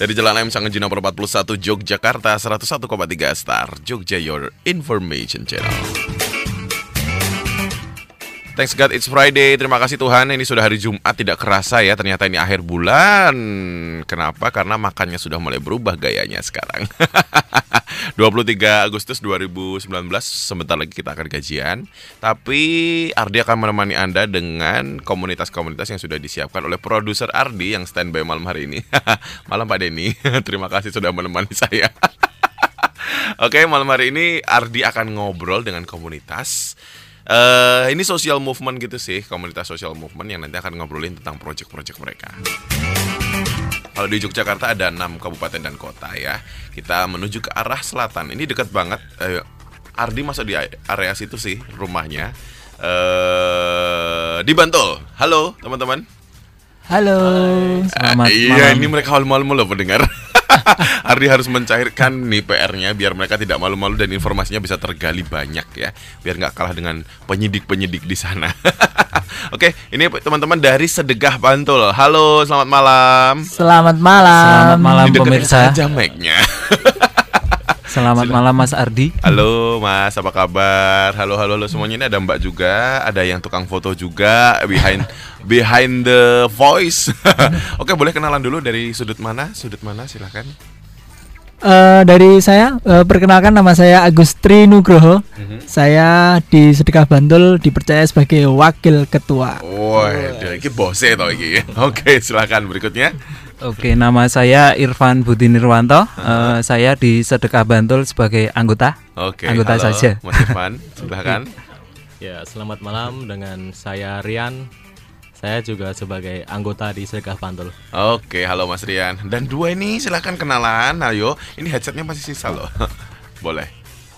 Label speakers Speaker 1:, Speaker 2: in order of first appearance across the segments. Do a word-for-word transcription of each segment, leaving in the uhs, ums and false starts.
Speaker 1: Dari Jalan M Sanggenti nomor empat puluh satu Yogyakarta, seratus satu koma tiga Star Jogja, your information channel. Thanks God it's Friday. Terima kasih Tuhan, ini sudah hari Jumat, tidak kerasa ya. Ternyata ini akhir bulan. Kenapa? Karena makannya sudah mulai berubah gayanya sekarang. dua puluh tiga Agustus dua ribu sembilan belas, sebentar lagi kita akan gajian. Tapi Ardi akan menemani Anda dengan komunitas-komunitas yang sudah disiapkan oleh produser Ardi yang standby malam hari ini. Malam Pak Denny. Terima kasih sudah menemani saya. Oke, malam hari ini Ardi akan ngobrol dengan komunitas. Uh, ini social movement gitu sih, komunitas social movement yang nanti akan ngobrolin tentang project-project mereka. Kalau di Yogyakarta ada enam kabupaten dan kota ya. Kita menuju ke arah selatan. Ini dekat banget. Uh, Ardi masuk di area situ sih rumahnya. Uh, di Bantul. Halo teman-teman.
Speaker 2: Halo. Selamat uh,
Speaker 1: iya,
Speaker 2: malam.
Speaker 1: Ini mereka malu-malu loh pendengar. Ardi harus mencairkan nih P R-nya biar mereka tidak malu-malu dan informasinya bisa tergali banyak ya, biar nggak kalah dengan penyidik-penyidik di sana. Oke, ini teman-teman dari Sedekah Bantul. Halo, selamat malam.
Speaker 2: Selamat malam.
Speaker 3: Selamat malam pemirsa.
Speaker 1: Aja mic-nya.
Speaker 3: Selamat malam Mas Ardi.
Speaker 1: Halo Mas, apa kabar? Halo halo halo semuanya. Ini ada Mbak juga, ada yang tukang foto juga behind behind the voice. Oke, boleh kenalan dulu dari sudut mana? Sudut mana? Silakan.
Speaker 2: Uh, dari saya, uh, perkenalkan nama saya Agustri Nugroho. Mm-hmm. Saya di Sedekah Bantul dipercaya sebagai wakil ketua.
Speaker 1: Oh, ini bose toh iki. Oke, silakan berikutnya.
Speaker 3: Oke, nama saya Irfan Budi Nirwanto. Uh, saya di Sedekah Bantul sebagai anggota.
Speaker 1: Oke,
Speaker 3: anggota
Speaker 1: halo,
Speaker 3: saja.
Speaker 1: Mas Irfan, silakan.
Speaker 4: Ya, selamat malam dengan saya Rian. Saya juga sebagai anggota di Sedekah Bantul.
Speaker 1: Oke, halo Mas Rian. Dan dua ini silakan kenalan. Ayo, ini headsetnya masih sisa loh. Boleh.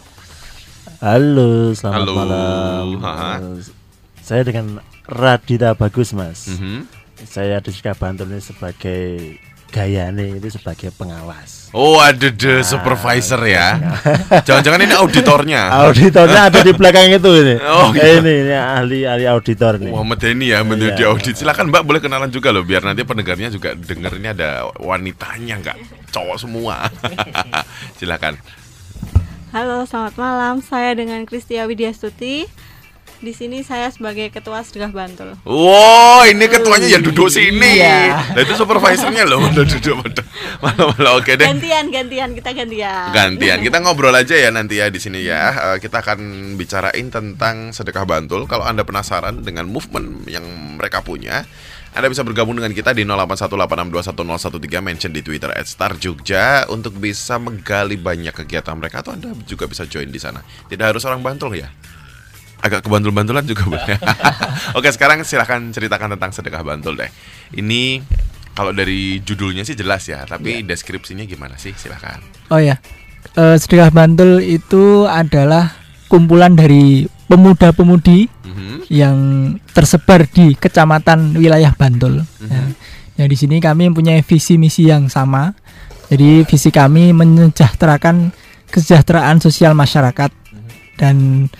Speaker 5: Halo, selamat
Speaker 1: halo.
Speaker 5: malam.
Speaker 1: Ha-ha.
Speaker 5: Saya dengan Radita Bagus, Mas.
Speaker 1: Mm-hmm.
Speaker 5: Saya di Sedekah Bantul ini sebagai gayane itu sebagai pengawas.
Speaker 1: Oh, ada the supervisor ya. Jangan-jangan ini auditornya.
Speaker 5: Auditornya ada di belakang itu ini.
Speaker 1: Oh, gitu.
Speaker 5: Ini, ini ahli ahli auditor nih.
Speaker 1: Muhammad Denny ya, menjadi iya, audit. Silakan Mbak, boleh kenalan juga loh, biar nanti pendengarnya juga denger ini ada wanitanya, nggak cowok semua. Silakan.
Speaker 6: Halo, selamat malam. Saya dengan Kristia Widyastuti. Di sini saya sebagai ketua Sedekah Bantul.
Speaker 1: Wow, ini ketuanya ya duduk sini.
Speaker 2: Iya.
Speaker 1: Nah, itu supervisornya loh, udah duduk malah. Oke deh.
Speaker 6: Gantian, gantian kita gantian.
Speaker 1: Gantian. Kita ngobrol aja ya nanti ya di sini ya. Uh, kita akan bicarain tentang Sedekah Bantul. Kalau Anda penasaran dengan movement yang mereka punya, Anda bisa bergabung dengan kita di nol delapan satu delapan enam dua satu nol satu tiga, mention di Twitter at Star Jogja untuk bisa menggali banyak kegiatan mereka, atau Anda juga bisa join di sana. Tidak harus orang Bantul ya. Agak kebantul-bantulan juga boleh. Oke, sekarang silahkan ceritakan tentang Sedekah Bantul deh. Ini kalau dari judulnya sih jelas ya, tapi ya, deskripsinya gimana sih? Silahkan.
Speaker 2: Oh ya, uh, Sedekah Bantul itu adalah kumpulan dari pemuda-pemudi mm-hmm. yang tersebar di kecamatan wilayah Bantul. Mm-hmm. Ya, ya di sini kami mempunyai visi misi yang sama. Jadi visi kami menyejahterakan kesejahteraan sosial masyarakat, mm-hmm. dan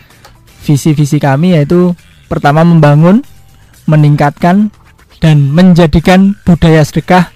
Speaker 2: visi-visi kami yaitu pertama membangun, meningkatkan, dan menjadikan budaya sedekah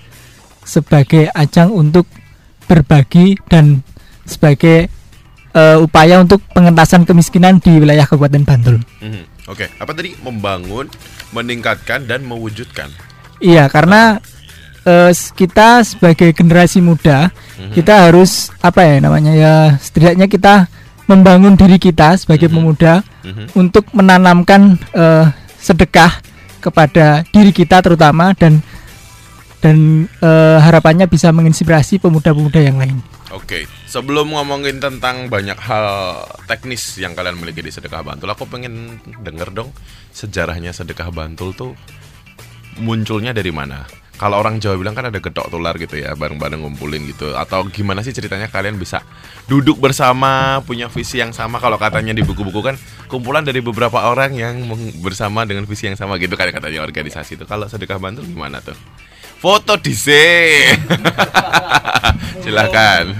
Speaker 2: sebagai ajang untuk berbagi dan sebagai uh, upaya untuk pengentasan kemiskinan di wilayah Kabupaten Bantul.
Speaker 1: Mm-hmm. Oke, okay. Apa tadi? Membangun, meningkatkan, dan mewujudkan.
Speaker 2: Iya, karena uh, kita sebagai generasi muda, mm-hmm. kita harus apa ya namanya ya, setidaknya kita membangun diri kita sebagai mm-hmm. pemuda mm-hmm. untuk menanamkan uh, sedekah kepada diri kita terutama, dan dan uh, harapannya bisa menginspirasi pemuda-pemuda yang lain.
Speaker 1: Oke, sebelum ngomongin tentang banyak hal teknis yang kalian miliki di Sedekah Bantul, aku pengen denger dong sejarahnya Sedekah Bantul tuh munculnya dari mana? Kalau orang Jawa bilang kan ada gedok tular gitu ya, bareng-bareng ngumpulin gitu. Atau gimana sih ceritanya kalian bisa duduk bersama, punya visi yang sama? Kalau katanya di buku-buku kan kumpulan dari beberapa orang yang bersama dengan visi yang sama gitu kan katanya organisasi itu. Kalau Sedekah Bantul gimana tuh? Foto di C. Silakan.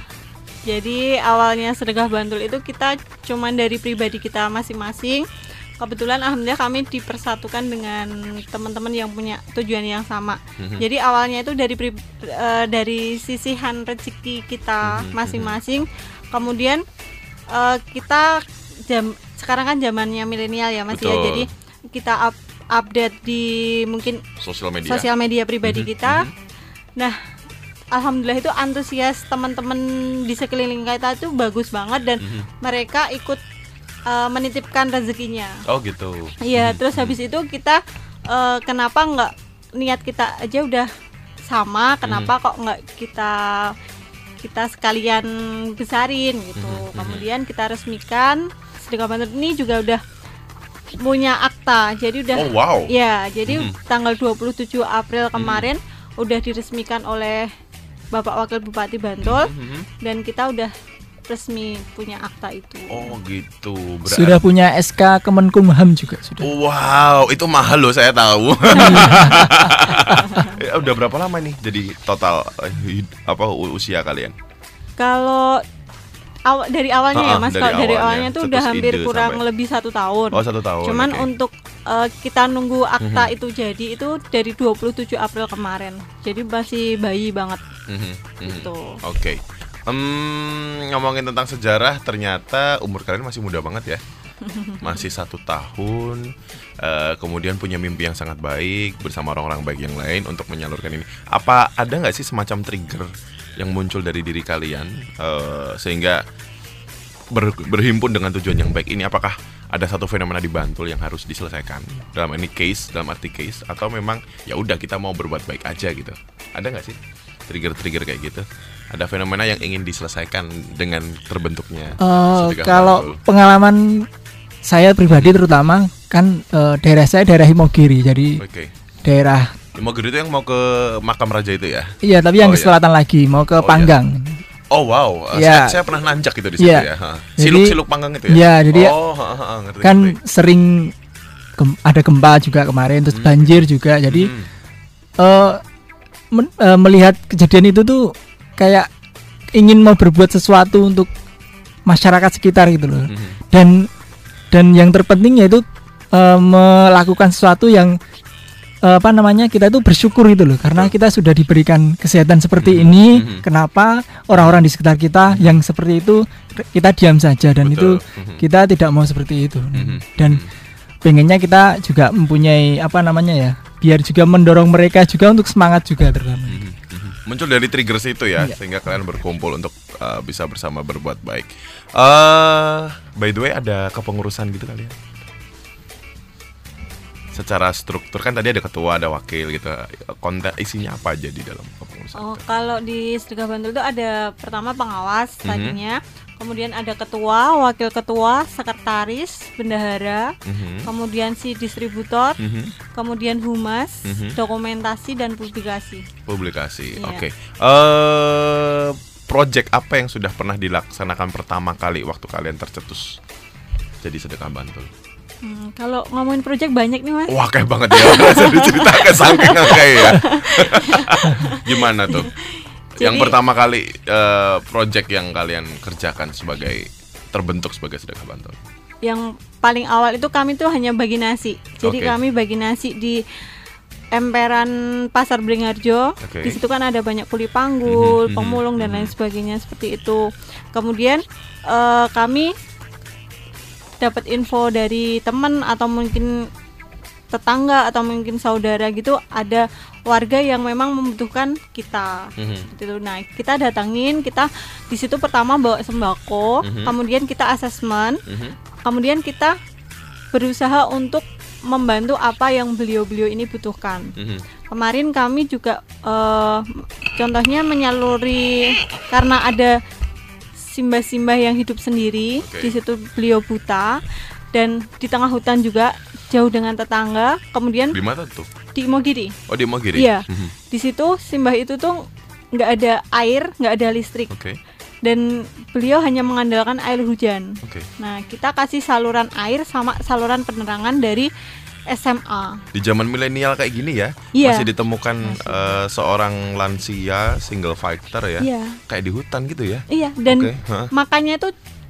Speaker 6: Jadi awalnya Sedekah Bantul itu kita cuman dari pribadi kita masing-masing. kebetulan alhamdulillah kami dipersatukan dengan teman-teman yang punya tujuan yang sama.
Speaker 1: Mhm.
Speaker 6: Jadi awalnya itu dari pri- eh, dari sisihan rezeki kita
Speaker 1: Mhm,
Speaker 6: masing-masing. Kemudian eh, kita jam sekarang kan zamannya milenial ya Mas ya.
Speaker 1: Betul.
Speaker 6: Jadi kita up- update di mungkin
Speaker 1: Sosial media.
Speaker 6: sosial media pribadi
Speaker 1: Mhm,
Speaker 6: kita.
Speaker 1: mhm.
Speaker 6: Nah, alhamdulillah itu antusias teman-teman di sekeliling kita itu bagus banget dan
Speaker 1: Mhm.
Speaker 6: mereka ikut uh, menitipkan rezekinya.
Speaker 1: Oh gitu.
Speaker 6: Iya,
Speaker 1: Mhm,
Speaker 6: terus
Speaker 1: mhm.
Speaker 6: habis itu kita uh, kenapa nggak niat kita aja udah sama, kenapa kok nggak kita kita sekalian besarin gitu.
Speaker 1: Mhm, mhm.
Speaker 6: Kemudian kita resmikan Sedekah Bantul ini juga udah punya akta. Jadi udah
Speaker 1: Oh wow.
Speaker 6: ya, jadi
Speaker 1: Mhm.
Speaker 6: tanggal dua puluh tujuh April kemarin udah diresmikan oleh Bapak Wakil Bupati Bantul
Speaker 1: Mhm.
Speaker 6: dan kita udah resmi punya akta itu.
Speaker 1: Oh gitu. Berarti
Speaker 2: Sudah punya S K Kemenkumham juga sudah.
Speaker 1: wow, itu mahal loh saya tahu. Ya, udah berapa lama nih jadi total eh, hid- apa u- usia kalian?
Speaker 6: Kalau aw- dari awalnya ya
Speaker 1: Ha-ha,
Speaker 6: Mas,
Speaker 1: dari
Speaker 6: kalau dari
Speaker 1: awalnya,
Speaker 6: awalnya tuh
Speaker 1: cetus
Speaker 6: udah hampir
Speaker 1: ide
Speaker 6: kurang
Speaker 1: sampai-
Speaker 6: lebih satu tahun.
Speaker 1: Oh satu tahun.
Speaker 6: Cuman
Speaker 1: oke.
Speaker 6: untuk eh, kita nunggu akta
Speaker 1: Mhm.
Speaker 6: itu jadi itu dari dua puluh tujuh April kemarin. Jadi masih bayi banget
Speaker 1: Mhm, mhm.
Speaker 6: gitu.
Speaker 1: Oke. Em, ngomongin tentang sejarah, ternyata umur kalian masih muda banget ya. Masih satu tahun. eh, kemudian punya mimpi yang sangat baik bersama orang-orang baik yang lain untuk menyalurkan ini. Apa ada nggak sih semacam trigger yang muncul dari diri kalian eh, sehingga ber- berhimpun dengan tujuan yang baik ini? Apakah ada satu fenomena di Bantul yang harus diselesaikan dalam ini case, dalam arti case, atau memang ya udah kita mau berbuat baik aja gitu? Ada nggak sih trigger-trigger kayak gitu? Ada fenomena yang ingin diselesaikan dengan terbentuknya
Speaker 2: Eh,
Speaker 1: Sedekah
Speaker 2: kalau
Speaker 1: Bantul?
Speaker 2: pengalaman saya pribadi terutama kan eh, daerah saya daerah Imogiri, jadi
Speaker 1: Oke.
Speaker 2: daerah
Speaker 1: Imogiri itu yang mau ke makam raja itu ya?
Speaker 2: iya tapi yang
Speaker 1: Oh,
Speaker 2: ke
Speaker 1: iya.
Speaker 2: selatan lagi mau ke
Speaker 1: Oh, iya.
Speaker 2: Panggang.
Speaker 1: Oh wow, Eh,
Speaker 2: Ya.
Speaker 1: saya, saya pernah nanjak itu di situ
Speaker 2: Ya.
Speaker 1: ya. Ha.
Speaker 2: Jadi-
Speaker 1: Siluk-siluk panggang itu ya?
Speaker 2: Ya, jadi
Speaker 1: oh, ha, ha, ha, ngerti,
Speaker 2: kan
Speaker 1: ngerti.
Speaker 2: sering gem- ada gempa juga kemarin, terus
Speaker 1: Hmm.
Speaker 2: banjir juga. Jadi
Speaker 1: Hmm.
Speaker 2: eh, men- eh, melihat kejadian itu tuh kayak ingin mau berbuat sesuatu untuk masyarakat sekitar gitu loh.
Speaker 1: Mhm.
Speaker 2: Dan dan yang terpenting yaitu eh, melakukan sesuatu yang eh, apa namanya kita itu bersyukur gitu loh, karena kita sudah diberikan kesehatan seperti
Speaker 1: Mhm.
Speaker 2: ini.
Speaker 1: Mhm.
Speaker 2: Kenapa orang-orang di sekitar kita yang seperti itu kita diam saja, dan
Speaker 1: Betul.
Speaker 2: itu
Speaker 1: Mhm.
Speaker 2: kita tidak mau seperti itu.
Speaker 1: Mhm.
Speaker 2: Dan
Speaker 1: Mhm.
Speaker 2: pengennya kita juga mempunyai apa namanya ya, biar juga mendorong mereka juga untuk semangat juga terutama.
Speaker 1: Mhm, mhm. Muncul dari trigger situ ya,
Speaker 2: Iya.
Speaker 1: sehingga kalian berkumpul untuk uh, bisa bersama berbuat baik. Uh, by the way, ada kepengurusan gitu kalian? Secara struktur kan tadi ada ketua, ada wakil gitu. Konten isinya apa aja di dalam kepengurusan?
Speaker 6: Oh,
Speaker 1: itu?
Speaker 6: kalau di Sedekah Bantul itu ada pertama pengawas
Speaker 1: Mhm.
Speaker 6: tadinya, kemudian ada ketua, wakil ketua, sekretaris, bendahara,
Speaker 1: Mhm.
Speaker 6: kemudian si distributor,
Speaker 1: Mhm.
Speaker 6: kemudian humas,
Speaker 1: Mhm.
Speaker 6: dokumentasi dan publikasi.
Speaker 1: Publikasi,
Speaker 6: Iya.
Speaker 1: oke. Eh, project apa yang sudah pernah dilaksanakan pertama kali waktu kalian tercetus jadi Sedekah Bantul?
Speaker 6: Hmm, kalau ngomongin project banyak nih Mas.
Speaker 1: Wah, kayak banget ya. Saya diceritakan saking kayak ya. Gimana tuh? Yang
Speaker 6: Jadi-
Speaker 1: pertama kali eh, project yang kalian kerjakan sebagai terbentuk sebagai Sedekah Bantul.
Speaker 6: Yang paling awal itu kami tuh hanya bagi nasi. Jadi
Speaker 1: Oke.
Speaker 6: kami bagi nasi di emperan Pasar Beringharjo.
Speaker 1: Oke.
Speaker 6: Di situ kan ada banyak kuli panggul,
Speaker 1: Mhm, mhm,
Speaker 6: pemulung dan
Speaker 1: mhm.
Speaker 6: lain sebagainya seperti itu. Kemudian eh, kami dapat info dari teman atau mungkin tetangga atau mungkin saudara gitu, ada warga yang memang membutuhkan kita.
Speaker 1: Mhm.
Speaker 6: Gitu. Nah, kita datangin, kita di situ pertama bawa sembako,
Speaker 1: Mhm.
Speaker 6: kemudian kita asesmen,
Speaker 1: Mhm.
Speaker 6: kemudian kita berusaha untuk membantu apa yang beliau-beliau ini butuhkan.
Speaker 1: Mhm.
Speaker 6: Kemarin kami juga eh, contohnya menyaluri karena ada simbah-simbah yang hidup sendiri.
Speaker 1: Oke.
Speaker 6: Di situ beliau buta dan di tengah hutan juga jauh dengan tetangga. Kemudian
Speaker 1: Di mana tuh?
Speaker 6: di Imogiri.
Speaker 1: Oh, di Imogiri.
Speaker 6: Iya.
Speaker 1: Mhm.
Speaker 6: Di situ simbah itu tuh nggak ada air, nggak ada listrik,
Speaker 1: Oke.
Speaker 6: dan beliau hanya mengandalkan air hujan.
Speaker 1: Oke.
Speaker 6: Nah, kita kasih saluran air sama saluran penerangan dari S M A.
Speaker 1: Di zaman milenial kayak gini ya,
Speaker 6: Iya.
Speaker 1: masih ditemukan
Speaker 6: Masih.
Speaker 1: eh, seorang lansia single fighter ya,
Speaker 6: Iya,
Speaker 1: kayak di hutan gitu ya.
Speaker 6: iya. Dan
Speaker 1: Oke, hah.
Speaker 6: makanya itu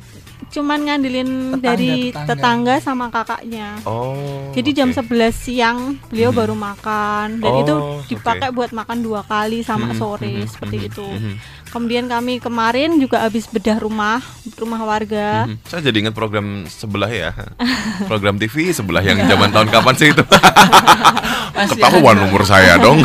Speaker 6: cuman ngandelin
Speaker 2: Tetangga,
Speaker 6: dari
Speaker 2: tetangga.
Speaker 6: tetangga sama kakaknya.
Speaker 1: Oh.
Speaker 6: Jadi jam
Speaker 1: oke.
Speaker 6: sebelas siang beliau
Speaker 1: Mhm.
Speaker 6: baru makan dan
Speaker 1: Oh,
Speaker 6: itu dipakai
Speaker 1: oke.
Speaker 6: buat makan dua kali sama
Speaker 1: Mhm,
Speaker 6: sore
Speaker 1: mhm,
Speaker 6: seperti
Speaker 1: mhm,
Speaker 6: itu.
Speaker 1: mhm,
Speaker 6: Kemudian kami kemarin juga habis bedah rumah rumah warga.
Speaker 1: mhm. Saya jadi ingat program sebelah ya. Program T V sebelah yang zaman tahun kapan sih itu?
Speaker 2: Masih
Speaker 1: Ketahuan
Speaker 2: ada.
Speaker 1: umur saya dong.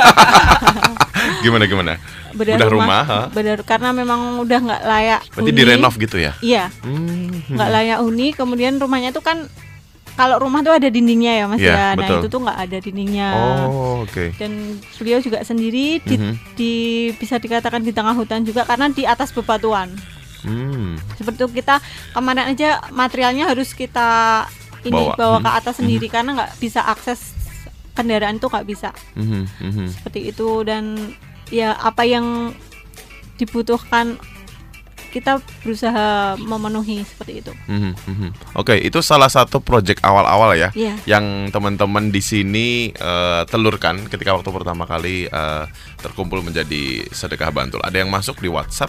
Speaker 1: Gimana gimana?
Speaker 6: Bedah,
Speaker 1: Bedah
Speaker 6: rumah,
Speaker 1: rumah, ha?
Speaker 6: bedah- karena memang udah nggak layak.
Speaker 1: Berarti
Speaker 6: huni.
Speaker 1: direnov gitu ya?
Speaker 6: Iya,
Speaker 1: Hmm,
Speaker 6: nggak layak huni. Kemudian rumahnya tuh kan kalau rumah tuh ada dindingnya ya Mas
Speaker 1: Iya,
Speaker 6: ya. Nah
Speaker 1: betul.
Speaker 6: itu tuh nggak ada dindingnya.
Speaker 1: Oh, oke.
Speaker 6: Dan beliau juga sendiri di,
Speaker 1: Mhm.
Speaker 6: di- bisa dikatakan di tengah hutan juga karena di atas bebatuan.
Speaker 1: Hmm.
Speaker 6: Seperti itu kita kemarin aja materialnya harus kita ini
Speaker 1: Bawa.
Speaker 6: bawa,
Speaker 1: Mhm.
Speaker 6: ke atas sendiri karena nggak bisa akses kendaraan itu nggak bisa
Speaker 1: Mhm, mhm.
Speaker 6: seperti itu. Dan ya apa yang dibutuhkan kita berusaha memenuhi seperti itu.
Speaker 1: Mhm, mhm. Oke, itu salah satu project awal-awal ya,
Speaker 6: Iya.
Speaker 1: yang teman-teman di sini eh, telurkan ketika waktu pertama kali eh, terkumpul menjadi Sedekah Bantul. Ada yang masuk di WhatsApp.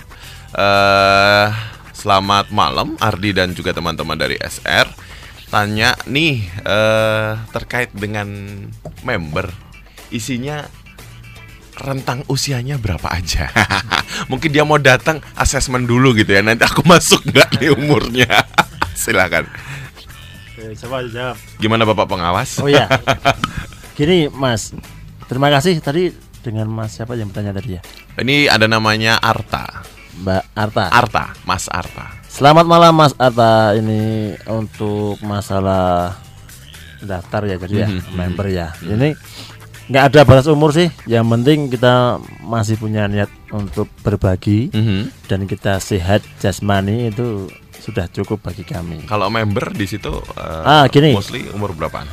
Speaker 1: Eh, selamat malam, Ardi dan juga teman-teman dari S R. Tanya nih eh, terkait dengan member, isinya rentang usianya berapa aja? Mungkin dia mau datang asesmen dulu gitu ya. Nanti aku masuk nggak nih umurnya? Silakan.
Speaker 5: Oke, coba jawab.
Speaker 1: Gimana Bapak pengawas?
Speaker 5: Oh iya. Gini Mas, terima kasih tadi dengan Mas siapa yang bertanya tadi ya?
Speaker 1: Ini ada namanya Arta.
Speaker 5: Mbak Arta.
Speaker 1: Arta, Mas Arta.
Speaker 5: Selamat malam Mas Arta. Ini untuk masalah daftar ya jadi ya,
Speaker 1: Mhm,
Speaker 5: member ya. Ini nggak ada batas umur sih. Yang penting kita masih punya niat untuk berbagi
Speaker 1: Mhm.
Speaker 5: dan kita sehat jasmani itu sudah cukup bagi kami.
Speaker 1: Kalau member di situ eh,
Speaker 5: Ah, gini.
Speaker 1: mostly umur berapaan?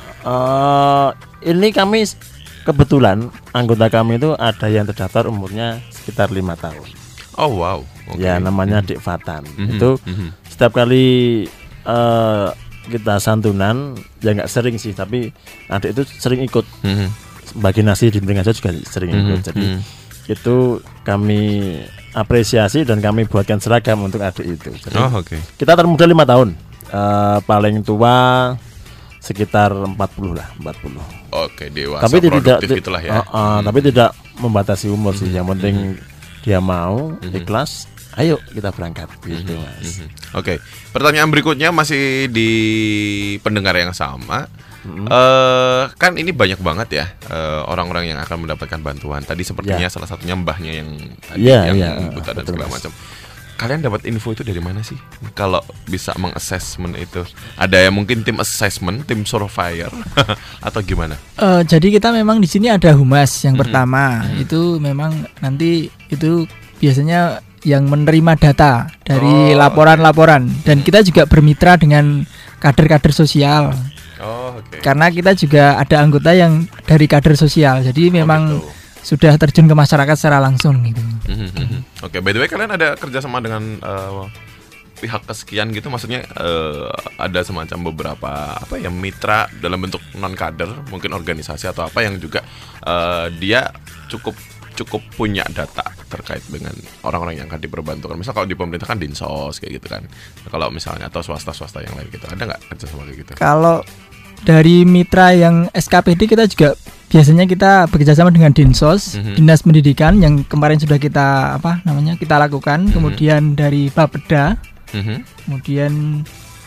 Speaker 5: Eh, ini kami s- kebetulan anggota kami itu ada yang terdaftar umurnya sekitar lima tahun.
Speaker 1: Oh wow. Oke.
Speaker 5: Ya namanya Dik Fatan.
Speaker 1: Mhm,
Speaker 5: Itu
Speaker 1: mhm.
Speaker 5: setiap kali eh, kita santunan ya nggak sering sih, tapi adik itu sering ikut
Speaker 1: Mhm,
Speaker 5: bagi nasi di piring aja juga sering ikut.
Speaker 1: mhm,
Speaker 5: Jadi
Speaker 1: mhm.
Speaker 5: itu kami apresiasi dan kami buatkan seragam untuk adik itu. Jadi
Speaker 1: Oh oke.
Speaker 5: kita termuda lima tahun. Eh, paling tua sekitar empat puluh lah, empat puluh.
Speaker 1: Oke, dewasa
Speaker 5: Tapi tidak
Speaker 1: produktif
Speaker 5: ti-
Speaker 1: itulah ya.
Speaker 5: uh, uh,
Speaker 1: Mhm.
Speaker 5: tapi tidak membatasi umur sih.
Speaker 1: Mhm,
Speaker 5: Yang penting dia mau
Speaker 1: Mhm.
Speaker 5: ikhlas, ayo kita berangkat gitu
Speaker 1: Mhm,
Speaker 5: Mas.
Speaker 1: mhm. Oke, pertanyaan berikutnya masih di pendengar yang sama.
Speaker 5: Mhm.
Speaker 1: Eh, kan ini banyak banget ya eh, orang-orang yang akan mendapatkan bantuan. Tadi sepertinya
Speaker 5: Ya.
Speaker 1: salah satunya mbahnya yang tadi
Speaker 5: Ya,
Speaker 1: yang
Speaker 5: ya,
Speaker 1: buta dan
Speaker 5: betul,
Speaker 1: segala
Speaker 5: Mas.
Speaker 1: macam. Kalian dapat info itu dari mana sih? Kalau bisa mengassessment itu, ada yang mungkin tim assessment, tim surveyor, atau gimana?
Speaker 2: Eh, jadi kita memang di sini ada humas yang
Speaker 1: Mhm.
Speaker 2: pertama.
Speaker 1: Mhm.
Speaker 2: Itu memang nanti itu biasanya yang menerima data
Speaker 1: Oh,
Speaker 2: dari laporan-laporan dan kita juga bermitra dengan kader-kader sosial.
Speaker 1: Oh, oke.
Speaker 2: Karena kita juga ada anggota yang dari kader sosial. Jadi memang
Speaker 1: Oh, gitu.
Speaker 2: sudah terjun ke masyarakat secara langsung gitu.
Speaker 1: Mhm, mhm. Oke, by the way kalian ada kerjasama dengan eh, pihak kesekian gitu, maksudnya eh, ada semacam beberapa apa ya mitra dalam bentuk non kader, mungkin organisasi atau apa yang juga eh, dia cukup cukup punya data terkait dengan orang-orang yang akan diperbantukan. Misal kalau di pemerintah kan dinsos kayak gitu kan. Kalau misalnya atau swasta-swasta yang lain gitu, ada nggak kerjasama kayak gitu?
Speaker 2: Kalau dari mitra yang S K P D kita juga biasanya kita bekerjasama dengan Dinsos,
Speaker 1: Mhm.
Speaker 2: Dinas Pendidikan yang kemarin sudah kita apa namanya kita lakukan, kemudian dari Bapeda,
Speaker 1: Mhm.
Speaker 2: kemudian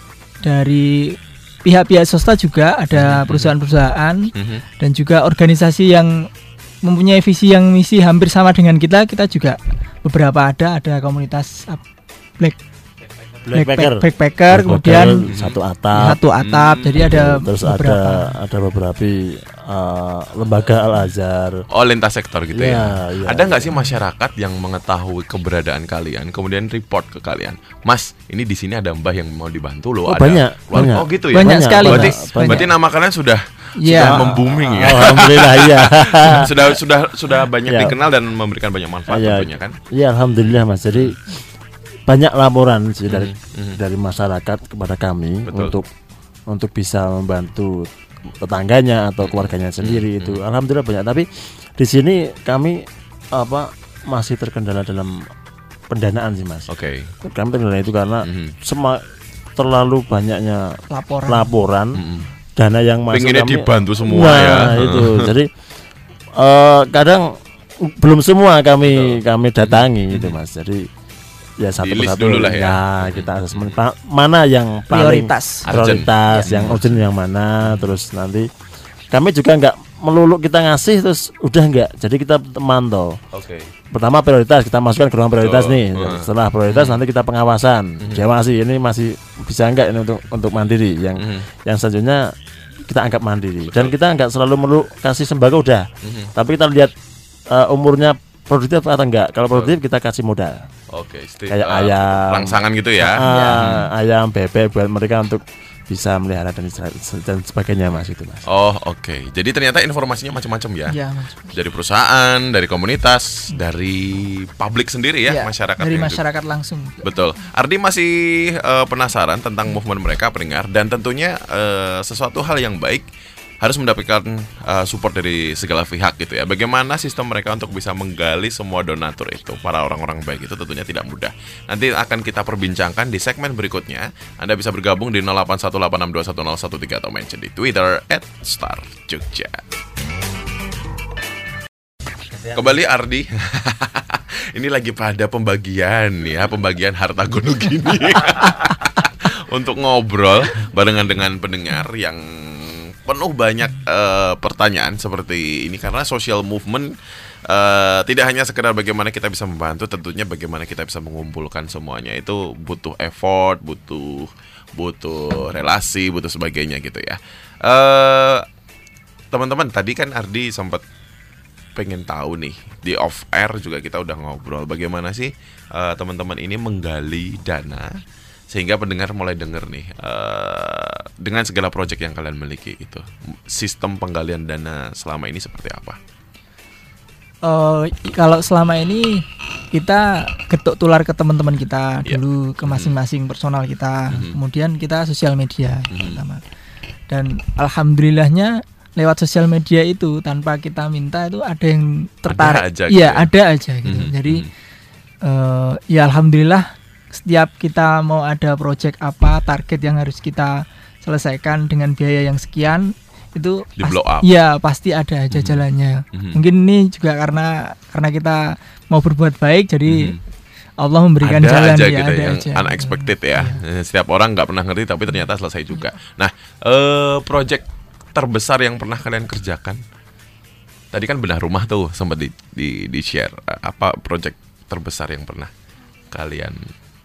Speaker 2: dari pihak-pihak swasta juga ada
Speaker 1: Mhm.
Speaker 2: perusahaan-perusahaan
Speaker 1: Mhm.
Speaker 2: dan juga organisasi yang mempunyai visi yang misi hampir sama dengan kita. Kita juga beberapa ada ada komunitas uh, Black
Speaker 5: Blackpacker,
Speaker 2: Backpacker, backpacker, kemudian
Speaker 5: satu atap.
Speaker 2: satu atap.
Speaker 1: Hmm.
Speaker 2: Jadi ada
Speaker 5: Terus
Speaker 2: beberapa.
Speaker 5: ada ada beberapa uh, lembaga Al Azhar.
Speaker 1: Oh, lintas sektor gitu ya.
Speaker 5: Iya, iya.
Speaker 1: Ada nggak sih masyarakat yang mengetahui keberadaan kalian, kemudian report ke kalian, Mas, ini di sini ada mbah yang mau dibantu loh.
Speaker 5: Oh,
Speaker 1: ada
Speaker 5: banyak,
Speaker 1: luar-
Speaker 5: banyak.
Speaker 1: Oh gitu ya.
Speaker 2: Banyak sekali,
Speaker 1: Berarti,
Speaker 2: Mas.
Speaker 5: banyak.
Speaker 1: berarti nama kalian sudah
Speaker 2: Iya.
Speaker 1: sudah membuming ya.
Speaker 5: Alhamdulillah ya.
Speaker 1: sudah sudah sudah banyak
Speaker 5: Iya.
Speaker 1: dikenal dan memberikan banyak manfaat
Speaker 5: Iya.
Speaker 1: tentunya kan.
Speaker 5: Iya, alhamdulillah Mas. Jadi banyak laporan sih dari
Speaker 1: Mhm.
Speaker 5: dari masyarakat kepada kami
Speaker 1: Betul.
Speaker 5: untuk untuk bisa membantu tetangganya atau keluarganya sendiri
Speaker 1: Mhm.
Speaker 5: itu. Alhamdulillah banyak. Tapi di sini kami apa masih terkendala dalam pendanaan sih Mas.
Speaker 1: Oke.
Speaker 5: Kami terkendala itu karena
Speaker 1: Mhm.
Speaker 5: sema- terlalu banyaknya
Speaker 2: laporan.
Speaker 5: laporan
Speaker 1: Mm-mm.
Speaker 5: dana yang masuk
Speaker 1: Pengennya
Speaker 5: kami
Speaker 1: dibantu semua
Speaker 5: nah,
Speaker 1: ya.
Speaker 5: itu jadi uh, kadang belum semua kami Betul. kami datangi itu Mas. Jadi ya satu persatu
Speaker 1: dulu lah ya.
Speaker 5: ya kita asesmen pa- mana yang paling
Speaker 2: Prioritas.
Speaker 5: prioritas
Speaker 2: Ya.
Speaker 5: yang urgent yang mana, terus nanti kami juga nggak melulu kita ngasih terus udah nggak, jadi kita mantau.
Speaker 1: Oke.
Speaker 5: Pertama prioritas kita masukkan ke ruang prioritas
Speaker 1: Betul.
Speaker 5: nih.
Speaker 1: Uh.
Speaker 5: Setelah prioritas nanti kita pengawasan.
Speaker 1: Mhm.
Speaker 5: Dia masih ini masih bisa nggak ini untuk untuk mandiri. Yang
Speaker 1: Mhm.
Speaker 5: yang selanjutnya kita anggap mandiri. Dan kita nggak selalu melulu kasih sembako udah.
Speaker 1: Mhm.
Speaker 5: Tapi kita lihat uh, umurnya produktif atau enggak. Kalau produktif kita kasih modal.
Speaker 1: Oke, sti-
Speaker 5: Kayak
Speaker 1: uh,
Speaker 5: ayam,
Speaker 1: rangsangan gitu ya.
Speaker 5: Ah,
Speaker 1: Mhm.
Speaker 5: ayam, bebek buat mereka untuk bisa melihara dan, dan sebagainya Mas itu Mas.
Speaker 1: Oh, oke. Jadi ternyata informasinya macam-macam ya.
Speaker 2: Ya, Mas.
Speaker 1: Dari perusahaan, dari komunitas, dari publik sendiri ya,
Speaker 2: Ya,
Speaker 1: masyarakat
Speaker 2: dari
Speaker 1: yang
Speaker 2: masyarakat langsung.
Speaker 1: Betul. Ardi masih eh, penasaran tentang movement mereka pendengar, dan tentunya eh, sesuatu hal yang baik harus mendapatkan eh, support dari segala pihak gitu ya. Bagaimana sistem mereka untuk bisa menggali semua donatur itu, para orang-orang baik itu tentunya tidak mudah. Nanti akan kita perbincangkan di segmen berikutnya. Anda bisa bergabung di nol delapan satu delapan enam dua satu nol satu tiga atau mention di Twitter at star jogja. Kembali Ardi. Ini lagi pada pembagian ya, pembagian harta gono gini. Untuk ngobrol barengan dengan pendengar yang penuh banyak uh, pertanyaan seperti ini, karena social movement uh, tidak hanya sekedar bagaimana kita bisa membantu, tentunya bagaimana kita bisa mengumpulkan semuanya itu butuh effort, butuh butuh relasi, butuh sebagainya gitu ya. Uh, teman-teman, tadi kan Ardi sempat pengen tahu nih, di off air juga kita udah ngobrol bagaimana sih uh, teman-teman ini menggali dana sehingga pendengar mulai denger nih uh, dengan segala proyek yang kalian miliki itu, sistem penggalian dana selama ini seperti apa?
Speaker 2: Uh, kalau selama ini kita getuk tular ke teman-teman kita
Speaker 1: Yeah.
Speaker 2: dulu, ke masing-masing personal kita,
Speaker 1: Mhm.
Speaker 2: kemudian kita sosial media
Speaker 1: Mhm.
Speaker 2: pertama. Dan alhamdulillahnya lewat sosial media itu tanpa kita minta itu ada yang tertarik.
Speaker 1: Ada aja gitu
Speaker 2: Iya,
Speaker 1: ya?
Speaker 2: ada aja gitu.
Speaker 1: Mhm.
Speaker 2: Jadi
Speaker 1: Mhm.
Speaker 2: uh, ya alhamdulillah setiap kita mau ada project apa, target yang harus kita selesaikan dengan biaya yang sekian, itu
Speaker 1: Di blow up.
Speaker 2: ya pasti ada aja
Speaker 1: Mhm.
Speaker 2: jalannya.
Speaker 1: Mhm.
Speaker 2: Mungkin ini juga karena karena kita mau berbuat baik, jadi
Speaker 1: Mhm.
Speaker 2: Allah memberikan
Speaker 1: ada
Speaker 2: jalan
Speaker 1: aja
Speaker 2: ya,
Speaker 1: gitu
Speaker 2: ada
Speaker 1: yang
Speaker 2: aja.
Speaker 1: unexpected ya.
Speaker 2: Iya.
Speaker 1: Setiap orang nggak pernah ngerti tapi ternyata selesai juga. Nah, eh project terbesar yang pernah kalian kerjakan, tadi kan bedah rumah tuh sempat di di, di share. Apa project terbesar yang pernah kalian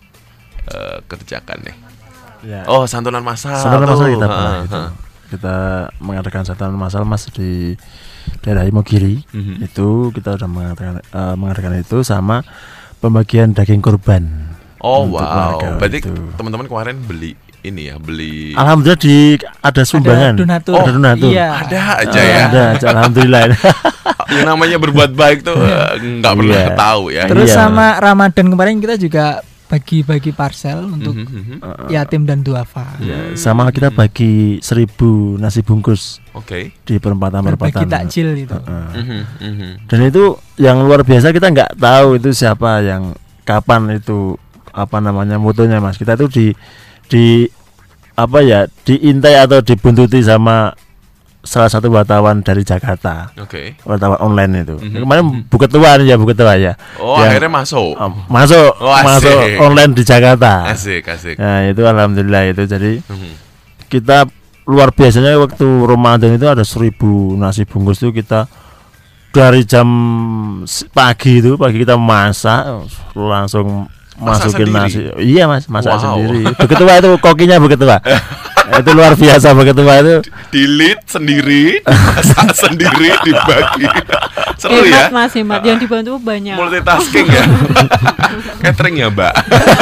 Speaker 1: eh, kerjakan nih?
Speaker 5: Ya.
Speaker 1: Oh, santunan masal.
Speaker 5: Santunan
Speaker 1: tuh.
Speaker 5: masal kita
Speaker 1: Ha,
Speaker 5: pernah
Speaker 1: ha.
Speaker 5: itu. Kita mengadakan santunan masal Mas di daerah Imogiri.
Speaker 1: Mhm.
Speaker 5: Itu kita udah mengadakan uh, mengadakan itu sama pembagian daging kurban.
Speaker 1: Oh
Speaker 5: Untuk
Speaker 1: wow,
Speaker 5: warga
Speaker 1: berarti
Speaker 5: itu.
Speaker 1: teman-teman kemarin beli ini ya, beli
Speaker 5: Alhamdulillah di ada sumbangan.
Speaker 2: Ada donatur.
Speaker 5: Oh, ada donatur.
Speaker 2: Iya.
Speaker 1: ada aja
Speaker 5: Ah,
Speaker 1: ya.
Speaker 5: Ada aja, alhamdulillah.
Speaker 1: Yang namanya berbuat baik tuh eh, nggak pernah
Speaker 5: Iya.
Speaker 1: tahu ya.
Speaker 2: Terus
Speaker 5: Iya.
Speaker 2: sama Ramadan kemarin kita juga bagi-bagi parcel untuk
Speaker 1: Mhm, mhm.
Speaker 2: yatim dan duafa.
Speaker 5: Ya, sama kita bagi seribu nasi bungkus
Speaker 1: Oke.
Speaker 5: di perempatan-perempatan.
Speaker 2: Berbagi takjil itu.
Speaker 5: Heeh.
Speaker 1: Mhm, mhm.
Speaker 5: Dan itu yang luar biasa, kita nggak tahu itu siapa yang kapan itu apa namanya motonya Mas. Kita itu di di apa ya diintai atau dibuntuti sama salah satu wartawan dari Jakarta,
Speaker 1: Oke.
Speaker 5: wartawan online itu.
Speaker 1: Mhm.
Speaker 5: Kemarin buku tua ya buku tua ya.
Speaker 1: Oh,
Speaker 5: Yang-
Speaker 1: akhirnya masuk.
Speaker 5: Um, masuk
Speaker 1: Oh, asik.
Speaker 5: masuk online di Jakarta.
Speaker 1: Asik, asik.
Speaker 5: Nah itu alhamdulillah itu, jadi
Speaker 1: Mhm.
Speaker 5: kita luar biasanya waktu Ramadan itu ada seribu nasi bungkus itu kita dari jam s- pagi itu pagi kita masak langsung
Speaker 1: Masak
Speaker 5: masukin
Speaker 1: sendiri?
Speaker 5: nasi. Iya Mas, masak
Speaker 1: Wow.
Speaker 5: sendiri. Beketua itu kokinya beketua. Itu luar biasa beketua itu.
Speaker 1: Dilit sendiri, dimasak sendiri, dibagi. Seru ya.
Speaker 6: Hemat Mas, hemat. Yang dibantu banyak.
Speaker 1: Multitasking ya. Catering ya, Mbak.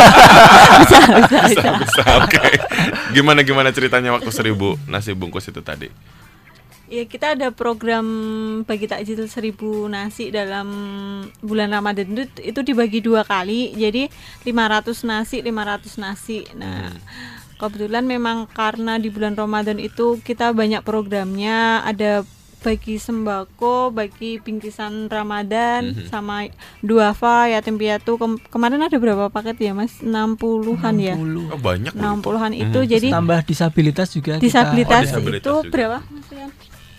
Speaker 6: Bisa, bisa, bisa.
Speaker 1: Bisa, oke. Gimana gimana ceritanya waktu seribu nasi bungkus itu tadi?
Speaker 6: Ya, kita ada program bagi takjil seribu nasi dalam bulan Ramadan itu, itu dibagi dua kali. Jadi lima ratus nasi, lima ratus nasi. Nah, kebetulan memang karena di bulan Ramadan itu kita banyak programnya, ada bagi sembako, bagi bingkisan Ramadan,
Speaker 1: Mhm.
Speaker 6: sama duafa, yatim piatu. Kem- kemarin ada berapa paket ya Mas? enam puluhan ya.
Speaker 1: Oh,
Speaker 2: enam puluh.
Speaker 1: banyak loh
Speaker 6: enam
Speaker 1: itu.
Speaker 6: puluhan itu
Speaker 1: Mhm.
Speaker 6: jadi
Speaker 2: Tambah disabilitas juga
Speaker 6: disabilitas,
Speaker 1: Oh, disabilitas
Speaker 6: itu
Speaker 1: juga.
Speaker 6: berapa Mas Rian?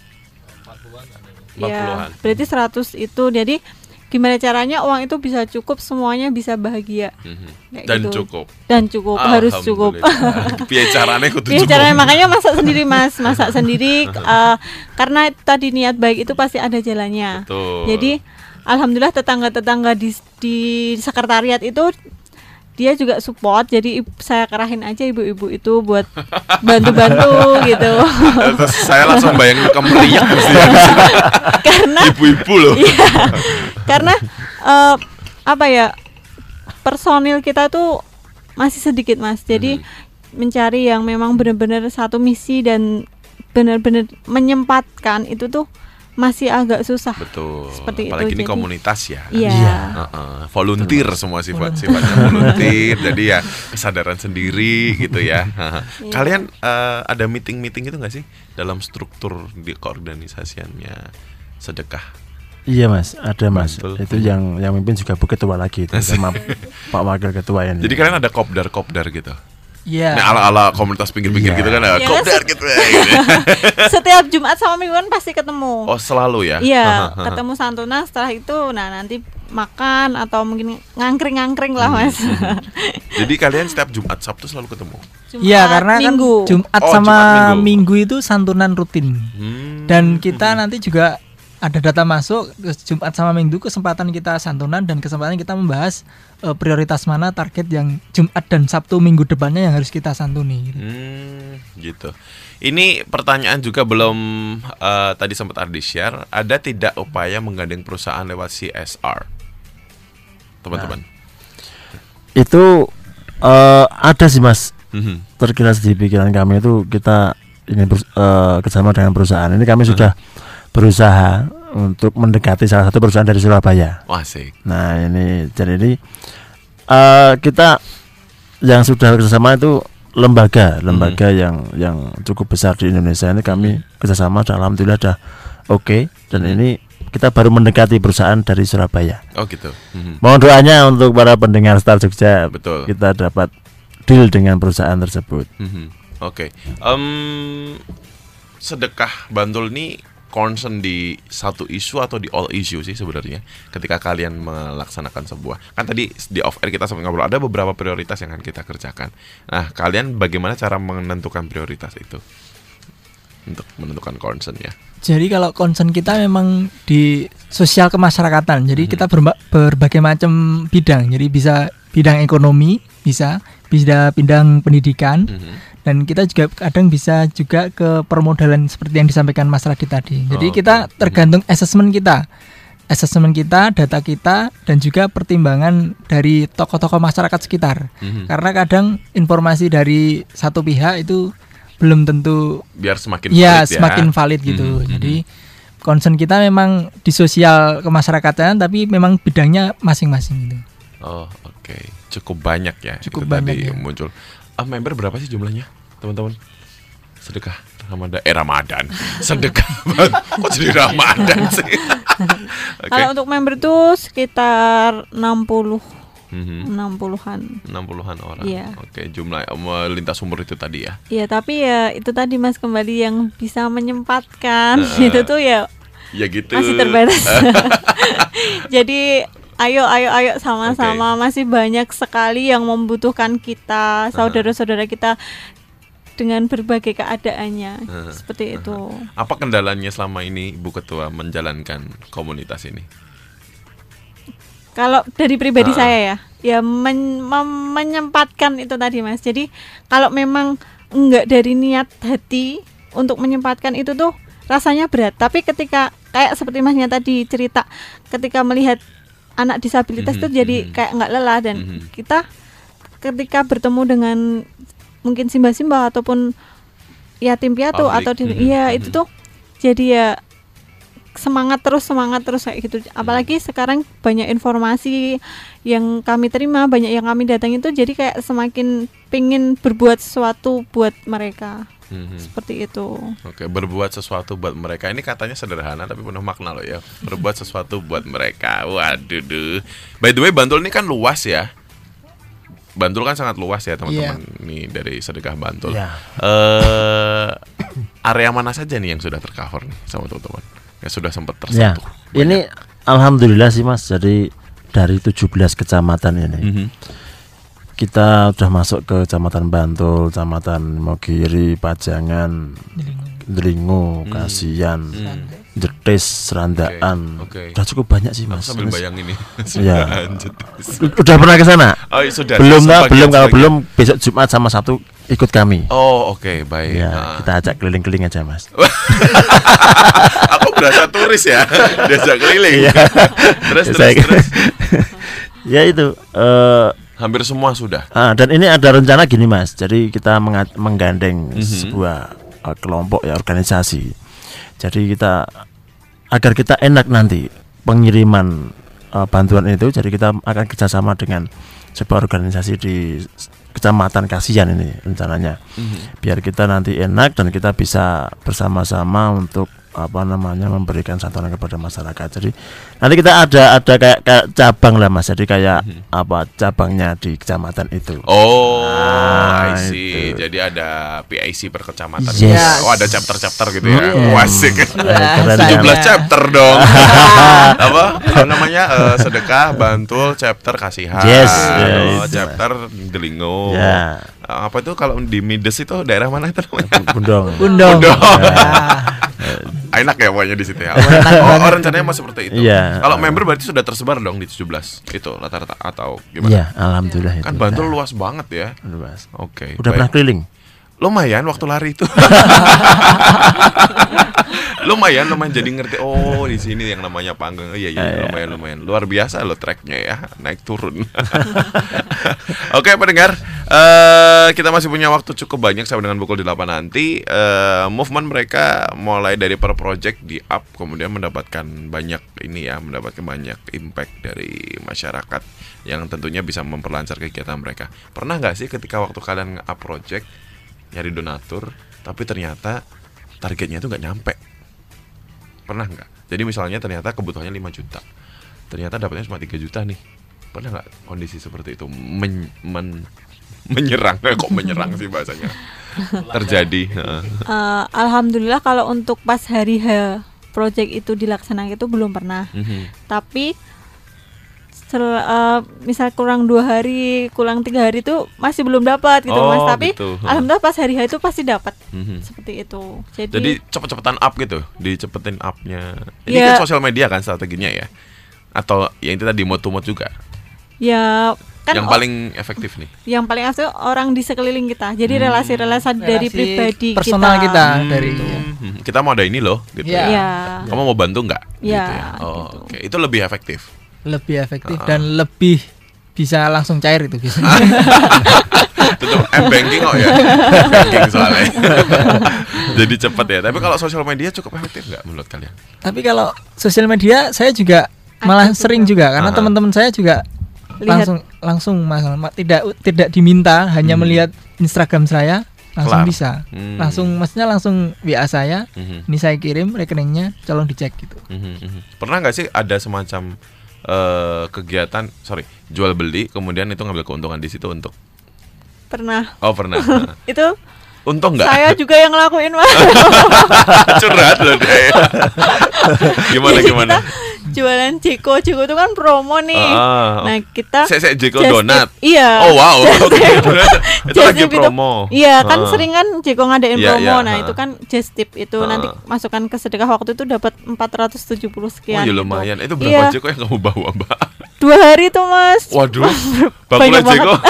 Speaker 1: empat
Speaker 6: Ya,
Speaker 1: puluhan.
Speaker 6: berarti seratus itu. Jadi gimana caranya uang itu bisa cukup, semuanya bisa bahagia.
Speaker 1: Mhm.
Speaker 6: Kayak
Speaker 1: Dan
Speaker 6: gitu.
Speaker 1: cukup.
Speaker 6: Dan cukup, harus cukup.
Speaker 1: Alhamdulillah. Piye carane kudu
Speaker 6: Iya,
Speaker 1: cukup.
Speaker 6: caranya makanya masak sendiri Mas, masak sendiri eh, karena tadi niat baik itu pasti ada jalannya.
Speaker 1: Betul.
Speaker 6: Jadi alhamdulillah tetangga-tetangga di di sekretariat itu dia juga support. Jadi ib- saya kerahin aja ibu-ibu itu buat bantu-bantu gitu.
Speaker 1: Terus saya langsung bayangin kemeriak mesti ya di sini.
Speaker 6: Karena
Speaker 1: Ibu-ibu loh.
Speaker 6: iya, karena eh, apa ya, personil kita tuh masih sedikit Mas. Jadi mencari yang memang benar-benar satu misi dan benar-benar menyempatkan itu tuh masih agak susah.
Speaker 1: Betul.
Speaker 6: Seperti itu,
Speaker 1: Apalagi ini
Speaker 6: jadi-
Speaker 1: komunitas ya.
Speaker 6: Iya.
Speaker 1: Heeh, volunteer semua sifat sifatnya volunteer. Jadi ya kesadaran sendiri gitu ya.
Speaker 6: Iya.
Speaker 1: Kalian eh, ada meeting-meeting itu nggak sih dalam struktur di keorganisasiannya sedekah?
Speaker 5: Iya Mas, ada Mas.
Speaker 1: Betul.
Speaker 5: Itu yang yang mimpin juga Bu Ketua lagi itu sama Pak Wakil Ketua ini.
Speaker 1: Jadi kalian ada kopdar-kopdar gitu.
Speaker 2: Iya.
Speaker 1: Nah, ala-ala komunitas pinggir-pinggir
Speaker 5: Iya.
Speaker 1: gitu kan ada
Speaker 6: Iya,
Speaker 1: kopdar
Speaker 6: se-
Speaker 1: gitu ya. Gitu.
Speaker 6: Setiap Jumat sama Mingguan pasti ketemu.
Speaker 1: Oh, selalu ya?
Speaker 6: Iya, ketemu santunan, setelah itu nah nanti makan atau mungkin ngangkring-ngangkring lah Mas.
Speaker 1: Jadi kalian setiap Jumat Sabtu selalu ketemu.
Speaker 6: Jumat,
Speaker 2: Iya, karena
Speaker 6: Minggu.
Speaker 2: kan Jumat
Speaker 1: Oh,
Speaker 2: sama
Speaker 1: Jumat, Minggu.
Speaker 2: Minggu itu santunan rutin.
Speaker 1: Hmm.
Speaker 2: Dan kita nanti juga ada data masuk ke Jumat sama Minggu, kesempatan kita santunan dan kesempatan kita membahas eh, prioritas mana target yang Jumat dan Sabtu minggu depannya yang harus kita santuni gitu.
Speaker 1: Hmm, gitu. Ini pertanyaan juga belum eh, tadi sempat Ardi share. Ada tidak upaya menggandeng perusahaan lewat C S R, teman-teman?
Speaker 5: itu eh, ada sih Mas.
Speaker 1: Mhm.
Speaker 5: Terkilas di pikiran kami itu kita ingin ber- eh, kerjasama dengan perusahaan. Ini kami sudah berusaha untuk mendekati salah satu perusahaan dari Surabaya.
Speaker 1: Wah, asik.
Speaker 5: Nah ini jadi ini eh, kita yang sudah kerjasama itu lembaga lembaga yang yang cukup besar di Indonesia ini kami kerjasama dan alhamdulillah sudah oke dan ini kita baru mendekati perusahaan dari Surabaya.
Speaker 1: Oh, gitu. Mhm.
Speaker 5: Mohon doanya untuk para pendengar Star Jogja
Speaker 1: Betul.
Speaker 5: kita dapat deal dengan perusahaan tersebut.
Speaker 1: Mhm. Oke. Em, sedekah Bantul ini concern di satu isu atau di all issue sih sebenarnya ketika kalian melaksanakan sebuah, kan tadi di off air kita sempat ngobrol ada beberapa prioritas yang akan kita kerjakan. Nah, kalian bagaimana cara menentukan prioritas itu untuk menentukan concernnya?
Speaker 2: Jadi kalau concern kita memang di sosial kemasyarakatan. Jadi
Speaker 1: Mhm.
Speaker 2: kita berba- berbagai macam bidang. Jadi bisa bidang ekonomi, bisa bisa bidang pendidikan,
Speaker 1: Mhm.
Speaker 2: dan kita juga kadang bisa juga ke permodalan seperti yang disampaikan Mas Radit tadi. Jadi
Speaker 1: Oh,
Speaker 2: kita
Speaker 1: oke.
Speaker 2: tergantung asesmen kita. Asesmen kita, data kita, dan juga pertimbangan dari tokoh-tokoh masyarakat sekitar.
Speaker 1: Mhm.
Speaker 2: Karena kadang informasi dari satu pihak itu belum tentu
Speaker 1: Biar semakin
Speaker 2: ya
Speaker 1: valid
Speaker 2: semakin valid gitu.
Speaker 1: Mhm, mhm.
Speaker 2: Jadi concern kita memang di sosial kemasyarakatan, tapi memang bidangnya masing-masing gitu.
Speaker 1: Oh, oke. Cukup banyak ya.
Speaker 2: Cukup
Speaker 1: itu tadi
Speaker 2: banyak, ya.
Speaker 1: muncul. Ah, member berapa sih jumlahnya, teman-teman? Sedekah Ramadan, eh Ramadan. Sedekah. Kok jadi Ramadan sih? Oke.
Speaker 6: Kalau untuk member itu sekitar enam puluh
Speaker 1: Mhm.
Speaker 6: enam puluhan.
Speaker 1: enam puluhan orang.
Speaker 6: Iya.
Speaker 1: Oke, jumlah eh, lintas umur itu tadi ya.
Speaker 6: Iya, tapi ya itu tadi Mas, kembali yang bisa menyempatkan
Speaker 1: Heeh.
Speaker 6: itu tuh ya
Speaker 1: Ya gitu.
Speaker 6: masih terbatas. Jadi ayo ayo ayo sama-sama, masih banyak sekali yang membutuhkan kita, saudara-saudara kita dengan berbagai keadaannya.
Speaker 1: Heeh.
Speaker 6: Seperti itu.
Speaker 1: Apa kendalanya selama ini Ibu Ketua menjalankan komunitas ini?
Speaker 6: Kalau dari pribadi
Speaker 1: Ah.
Speaker 6: saya ya, ya men- mem- menyempatkan itu tadi Mas. Jadi kalau memang enggak dari niat hati untuk menyempatkan itu tuh rasanya berat. Tapi ketika kayak seperti Masnya tadi cerita, ketika melihat anak disabilitas
Speaker 1: Mhm,
Speaker 6: itu jadi
Speaker 1: mhm.
Speaker 6: kayak enggak lelah dan
Speaker 1: Mhm.
Speaker 6: kita ketika bertemu dengan mungkin simba-simba ataupun yatim piatu
Speaker 1: Public.
Speaker 6: atau di,
Speaker 1: Mhm,
Speaker 6: iya
Speaker 1: mhm.
Speaker 6: itu tuh jadi ya semangat terus semangat terus kayak gitu. Apalagi sekarang banyak informasi yang kami terima, banyak yang kami datang itu jadi kayak semakin pingin berbuat sesuatu buat mereka.
Speaker 1: Mhm.
Speaker 6: Seperti itu.
Speaker 1: Oke, berbuat sesuatu buat mereka. Ini katanya sederhana tapi penuh makna loh ya. Berbuat sesuatu buat mereka. Waduh, duh. By the way, Bantul ini kan luas ya. Bantul kan sangat luas ya teman-teman.
Speaker 2: Iya.
Speaker 1: Nih dari Sedekah Bantul.
Speaker 5: Iya.
Speaker 1: Eh, area mana saja nih yang sudah tercover nih sama teman-teman? Yang sudah sempat
Speaker 5: Ya,
Speaker 1: tersentuh.
Speaker 5: ini alhamdulillah sih Mas. Jadi dari tujuh belas kecamatan ini
Speaker 1: Mhm.
Speaker 5: kita udah masuk ke Kecamatan Bantul, Kecamatan Mogiri, Pajangan, Dringo,
Speaker 1: Hmm.
Speaker 5: Kasian,
Speaker 1: Hmm.
Speaker 5: Jetis, Serandaan.
Speaker 1: Oke, oke.
Speaker 5: Udah cukup banyak sih
Speaker 1: Aku
Speaker 5: Mas.
Speaker 1: sambil
Speaker 5: Mas.
Speaker 1: bayangin nih.
Speaker 5: Iya.
Speaker 1: Lanjut.
Speaker 5: Udah pernah ke sana?
Speaker 1: Oh, iya, sudah.
Speaker 5: Belum Kak,
Speaker 1: Sebagian-
Speaker 5: belum. Kalau
Speaker 1: sebagian.
Speaker 5: belum besok Jumat sama Sabtu ikut kami.
Speaker 1: Oh, oke, baik.
Speaker 5: Ya,
Speaker 1: Nah.
Speaker 5: kita ajak keliling-keliling aja Mas.
Speaker 1: Aku berasa turis ya, diajak keliling.
Speaker 5: Iya.
Speaker 1: terus, terus,
Speaker 5: Saya-
Speaker 1: terus.
Speaker 5: Ya itu. eh,
Speaker 1: Hampir semua sudah.
Speaker 5: Ah, dan ini ada rencana gini Mas. Jadi kita menga- menggandeng
Speaker 1: Mhm.
Speaker 5: sebuah uh, kelompok ya organisasi. Jadi kita agar kita enak nanti pengiriman uh, bantuan itu. Jadi kita akan kerjasama dengan sebuah organisasi di s- Kecamatan Kasian ini rencananya.
Speaker 1: Mhm.
Speaker 5: Biar kita nanti enak dan kita bisa bersama-sama untuk apa namanya memberikan santunan kepada masyarakat. Jadi nanti kita ada ada kayak, kayak cabang lah Mas. Jadi kayak
Speaker 1: Mhm.
Speaker 5: apa cabangnya di kecamatan itu.
Speaker 1: Oh,
Speaker 5: Ah,
Speaker 1: I see.
Speaker 5: itu.
Speaker 1: Jadi ada P I C per kecamatan.
Speaker 5: Yes.
Speaker 1: gitu. Oh, ada chapter-chapter gitu ya.
Speaker 5: Mm.
Speaker 1: Wah, asik.
Speaker 5: Keren
Speaker 1: tujuh belas
Speaker 5: kan?
Speaker 1: chapter dong. Apa? Apa namanya? Eh, Sedekah Bantul chapter Kasihan.
Speaker 5: Yes,
Speaker 1: Oh,
Speaker 5: yes.
Speaker 1: chapter Delingo.
Speaker 5: Ya,
Speaker 1: Eh, Apa itu kalau di Mides itu daerah mana itu namanya?
Speaker 5: Bundong.
Speaker 2: Undong.
Speaker 1: Undong.
Speaker 2: Ah,
Speaker 1: Enak ya pokoknya di situ ya.
Speaker 2: Enak
Speaker 1: Oh,
Speaker 2: banget.
Speaker 1: oh, rencananya mau seperti itu.
Speaker 5: Iya.
Speaker 1: Kalau member berarti sudah tersebar dong di tujuh belas itu rata-rata atau gimana?
Speaker 5: Iya, alhamdulillah itu.
Speaker 1: Kan Bantul
Speaker 5: Nah,
Speaker 1: luas banget ya.
Speaker 5: luas.
Speaker 1: Oke.
Speaker 5: Udah pernah
Speaker 1: baik.
Speaker 5: keliling?
Speaker 1: Lumayan waktu lari itu. lumayan, lumayan jadi ngerti. Oh, di sini yang namanya panggung. Oh, iya, iya, lumayan, lumayan. Luar biasa loh treknya ya, naik turun. Oke, pendengar, eh kita masih punya waktu cukup banyak sampai dengan pukul delapan nanti. Eh movement mereka mulai dari per project di up, kemudian mendapatkan banyak ini ya, mendapatkan banyak impact dari masyarakat yang tentunya bisa memperlancar kegiatan mereka. Pernah nggak sih ketika waktu kalian nge-up project nyari donatur, tapi ternyata targetnya itu nggak nyampe? Pernah nggak? Jadi misalnya ternyata kebutuhannya lima juta, ternyata dapatnya cuma tiga juta nih. Pernah nggak kondisi seperti itu men, men, menyerang? Kok menyerang sih bahasanya? Terjadi. Heeh.
Speaker 6: Eh, Alhamdulillah kalau untuk pas hari H project itu dilaksanakan itu belum pernah.
Speaker 1: Mhm.
Speaker 6: Tapi sel, eh, misal kurang dua hari, kurang tiga hari itu masih belum dapat gitu
Speaker 1: Oh,
Speaker 6: Mas. Tapi
Speaker 1: gitu.
Speaker 6: alhamdulillah pas hari H itu pasti dapat.
Speaker 1: Mhm.
Speaker 6: Seperti itu. Jadi,
Speaker 1: Jadi cepet-cepetan up gitu, dicepetin upnya. Ini
Speaker 6: Ya.
Speaker 1: kan sosial media kan strateginya ya? Atau yang itu tadi mood-to-mood juga?
Speaker 6: ya kan
Speaker 1: yang
Speaker 6: o-
Speaker 1: paling efektif nih.
Speaker 6: yang paling efektif orang di sekeliling kita. Jadi
Speaker 1: Hmm.
Speaker 6: relasi-relasi dari
Speaker 2: relasi
Speaker 6: pribadi
Speaker 2: personal kita,
Speaker 1: Hmm,
Speaker 2: dari
Speaker 1: kita mau ada ini loh gitu.
Speaker 2: Iya.
Speaker 6: Ya.
Speaker 1: Kamu mau bantu nggak?
Speaker 6: Iya,
Speaker 1: Gitu ya. Oh,
Speaker 6: gitu.
Speaker 1: oke. Itu lebih efektif.
Speaker 2: lebih efektif
Speaker 1: Ah.
Speaker 2: dan lebih bisa langsung cair itu bisa.
Speaker 1: Tutup m-banking kok ya. Banking soalnya. Jadi cepet ya. Tapi kalau sosial media cukup efektif nggak menurut kalian?
Speaker 2: Tapi kalau sosial media saya juga malah
Speaker 6: Ada
Speaker 2: sering juga karena
Speaker 1: Aha.
Speaker 2: teman-teman saya juga
Speaker 6: Lihat.
Speaker 2: langsung langsung mas ma- tidak tidak diminta, hanya
Speaker 1: Hmm.
Speaker 2: melihat Instagram saya langsung
Speaker 1: Kelar.
Speaker 2: bisa.
Speaker 1: Hmm.
Speaker 2: Langsung maksudnya langsung W A saya,
Speaker 1: Mhm.
Speaker 2: ini saya kirim rekeningnya, tolong dicek gitu.
Speaker 1: Mhm, mhm. Pernah nggak sih ada semacam eh, kegiatan, sorry, jual beli, kemudian itu ngambil keuntungan di situ untuk?
Speaker 6: Pernah.
Speaker 1: Oh pernah.
Speaker 6: Itu
Speaker 1: Untung nggak?
Speaker 6: saya juga yang ngelakuin Mas.
Speaker 1: Curhat loh deh. Gimana
Speaker 6: Jadi
Speaker 1: gimana?
Speaker 6: kita jualan Jeko, Jeko itu kan promo nih.
Speaker 1: Ah,
Speaker 6: Nah, kita
Speaker 1: Saya saya Jeko
Speaker 6: just
Speaker 1: donat.
Speaker 6: tip- Iya.
Speaker 1: Oh wow. Oke. Itu
Speaker 6: Just
Speaker 1: lagi
Speaker 6: tip itu-
Speaker 1: promo.
Speaker 6: Iya, kan
Speaker 1: Ah.
Speaker 6: sering kan Jeko ngadain
Speaker 1: Iya,
Speaker 6: promo.
Speaker 1: iya,
Speaker 6: Nah,
Speaker 1: ah.
Speaker 6: itu kan just tip itu
Speaker 1: Ah.
Speaker 6: nanti masukkan ke sedekah waktu itu dapat empat ratus tujuh puluh
Speaker 1: Oh
Speaker 6: sekian.
Speaker 1: ya
Speaker 6: gitu.
Speaker 1: lumayan. Itu berapa
Speaker 6: Iya.
Speaker 1: Jeko yang kamu bawa, Mbak?
Speaker 6: Dua hari tuh, Mas.
Speaker 1: Waduh.
Speaker 6: Banyak
Speaker 1: Bakulah
Speaker 6: banget.
Speaker 1: Jeko.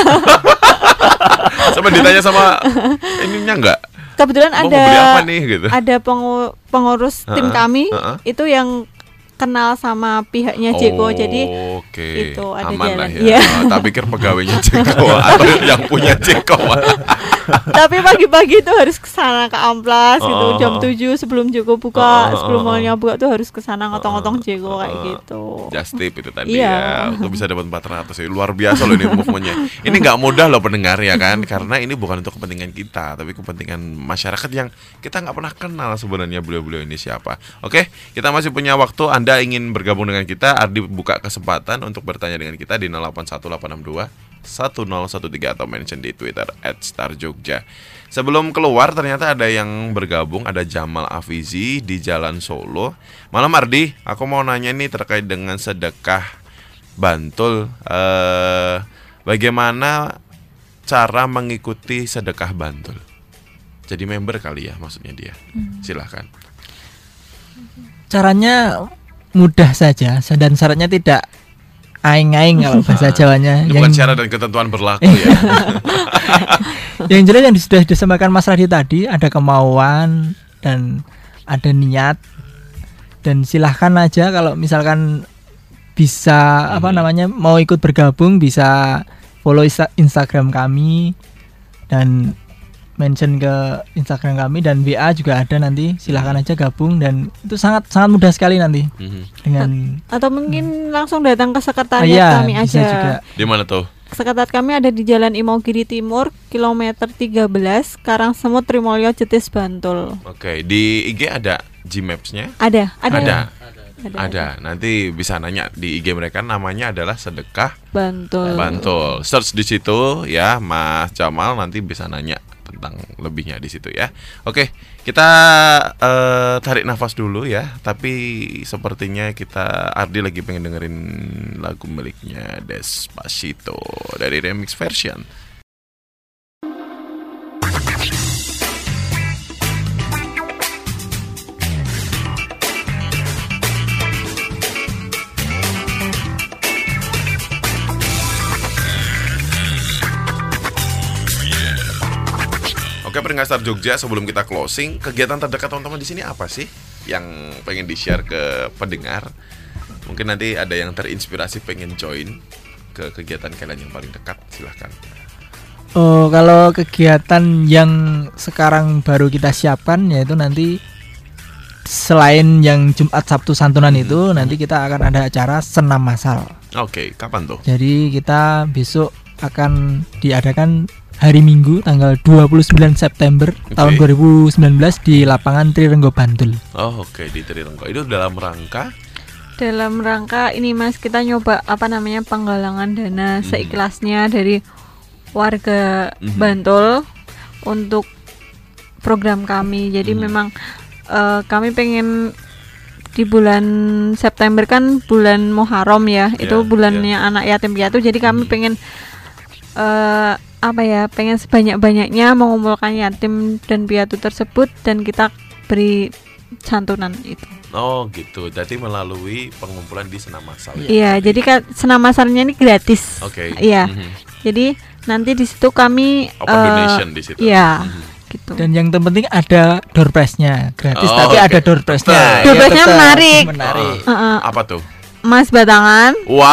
Speaker 1: Sampai ditanya sama ininya enggak?
Speaker 6: Kebetulan
Speaker 1: Mau
Speaker 6: ada
Speaker 1: beli apa nih gitu?
Speaker 6: ada pengu- pengurus tim
Speaker 1: Ah,
Speaker 6: kami
Speaker 1: ah, ah.
Speaker 6: itu yang kenal sama pihaknya Jeko. Jadi
Speaker 1: Oke.
Speaker 6: itu ada
Speaker 1: aman lah
Speaker 6: jalan.
Speaker 1: ya.
Speaker 6: Iya.
Speaker 1: Oh, tak pikir pegawainya Jeko atau yang punya Jeko.
Speaker 6: Tapi pagi-pagi itu harus ke sana ke Amplas gitu
Speaker 1: Oh.
Speaker 6: jam tujuh sebelum Jeko
Speaker 1: Oh,
Speaker 6: buka,
Speaker 1: oh,
Speaker 6: sebelum
Speaker 1: oh,
Speaker 6: malnya buka tuh harus ke sana ngotong-ngotong Jeko kayak gitu.
Speaker 1: Just tip itu tadi
Speaker 6: Iya.
Speaker 1: ya. Untuk bisa dapat empat ratus ya. Luar biasa loh ini movementnya. Ini nggak mudah loh pendengar ya kan. Karena ini bukan untuk kepentingan kita, tapi kepentingan masyarakat yang kita nggak pernah kenal sebenarnya beliau-beliau ini siapa. Oke, kita masih punya waktu. Anda ingin bergabung dengan kita, Ardi buka kesempatan untuk bertanya dengan kita di nol delapan satu delapan enam dua satu nol satu tiga atau mention di Twitter at star jogja. Sebelum keluar ternyata ada yang bergabung, ada Jamal Afizi di Jalan Solo. Malam Ardi, aku mau nanya nih terkait dengan sedekah Bantul. Eh, bagaimana cara mengikuti sedekah Bantul? Jadi member kali ya maksudnya dia. Silahkan.
Speaker 2: Caranya mudah saja dan syaratnya tidak aing-aing kalau bahasa Jawanya.
Speaker 1: Ini bukan syarat dan ketentuan berlaku ya.
Speaker 2: Yang jelas yang sudah disampaikan Mas Radhi tadi, ada kemauan dan ada niat, dan silahkan aja kalau misalkan bisa apa namanya mau ikut bergabung, bisa follow insta- Instagram kami dan mention ke Instagram kami, dan W A juga ada nanti. Silahkan aja gabung dan itu sangat sangat mudah sekali nanti
Speaker 1: Mhm.
Speaker 2: dengan
Speaker 6: Atau mungkin langsung datang ke
Speaker 2: Ah,
Speaker 6: sekretariat
Speaker 2: iya,
Speaker 6: kami
Speaker 2: bisa
Speaker 6: aja.
Speaker 2: juga.
Speaker 1: Di mana tuh?
Speaker 6: Sekretariat kami ada di Jalan Imogiri Timur, kilometer tiga belas, Karangsemut, Trimulyo, Jetis, Bantul.
Speaker 1: Oke, di I G ada Gmaps-nya?
Speaker 6: Ada, ada.
Speaker 1: Ada.
Speaker 6: Ada.
Speaker 1: Ada. Nanti bisa nanya di I G mereka, namanya adalah Sedekah
Speaker 6: Bantul.
Speaker 1: Bantul. Search di situ ya, Mas Jamal, nanti bisa nanya tentang lebihnya di situ ya. Oke, kita eh, tarik nafas dulu ya. Tapi sepertinya kita Ardi lagi pengen dengerin lagu miliknya Despacito dari remix version. Oke, pendengar Star Jogja, sebelum kita closing, kegiatan terdekat teman-teman di sini apa sih yang pengen di-share ke pendengar? Mungkin nanti ada yang terinspirasi pengen join ke kegiatan kalian yang paling dekat, silahkan.
Speaker 2: Oh, kalau kegiatan yang sekarang baru kita siapkan yaitu nanti selain yang Jumat Sabtu santunan itu, nanti kita akan ada acara senam massal.
Speaker 1: Oke, kapan tuh?
Speaker 2: Jadi kita besok akan diadakan hari Minggu tanggal dua puluh sembilan September
Speaker 1: Oke.
Speaker 2: tahun dua ribu sembilan belas di lapangan Trirenggo Bantul.
Speaker 1: Oh, oke, di Trirenggo. Itu dalam rangka
Speaker 6: Dalam rangka ini Mas, kita nyoba apa namanya penggalangan dana seikhlasnya dari warga
Speaker 1: Mhm.
Speaker 6: Bantul untuk program kami. Jadi
Speaker 1: Mhm.
Speaker 6: memang eh, kami pengen di bulan September kan bulan Muharram ya,
Speaker 1: Iya,
Speaker 6: itu bulannya anak yatim piatu. Jadi kami
Speaker 1: Mhm.
Speaker 6: pengen eh, apa ya, pengen sebanyak-banyaknya mengumpulkan yatim dan piatu tersebut dan kita beri santunan itu.
Speaker 1: Oh gitu, jadi melalui pengumpulan di senam massal.
Speaker 6: Iya, jadi kan senam massalnya ini gratis.
Speaker 1: Oke.
Speaker 6: Iya.
Speaker 1: Mhm.
Speaker 6: Jadi nanti di situ kami
Speaker 1: Open
Speaker 6: eh,
Speaker 1: donation di situ.
Speaker 6: Iya,
Speaker 1: Mhm.
Speaker 6: gitu.
Speaker 2: Dan yang terpenting ada door prize-nya gratis,
Speaker 1: Oh,
Speaker 2: tapi
Speaker 1: oke.
Speaker 2: ada door prize-nya.
Speaker 1: Tetap.
Speaker 6: Door
Speaker 2: Ya,
Speaker 6: prize-nya
Speaker 2: tetap.
Speaker 6: menarik.
Speaker 2: Menarik.
Speaker 1: Oh,
Speaker 6: Heeh.
Speaker 1: apa tuh?
Speaker 6: Mas batangan,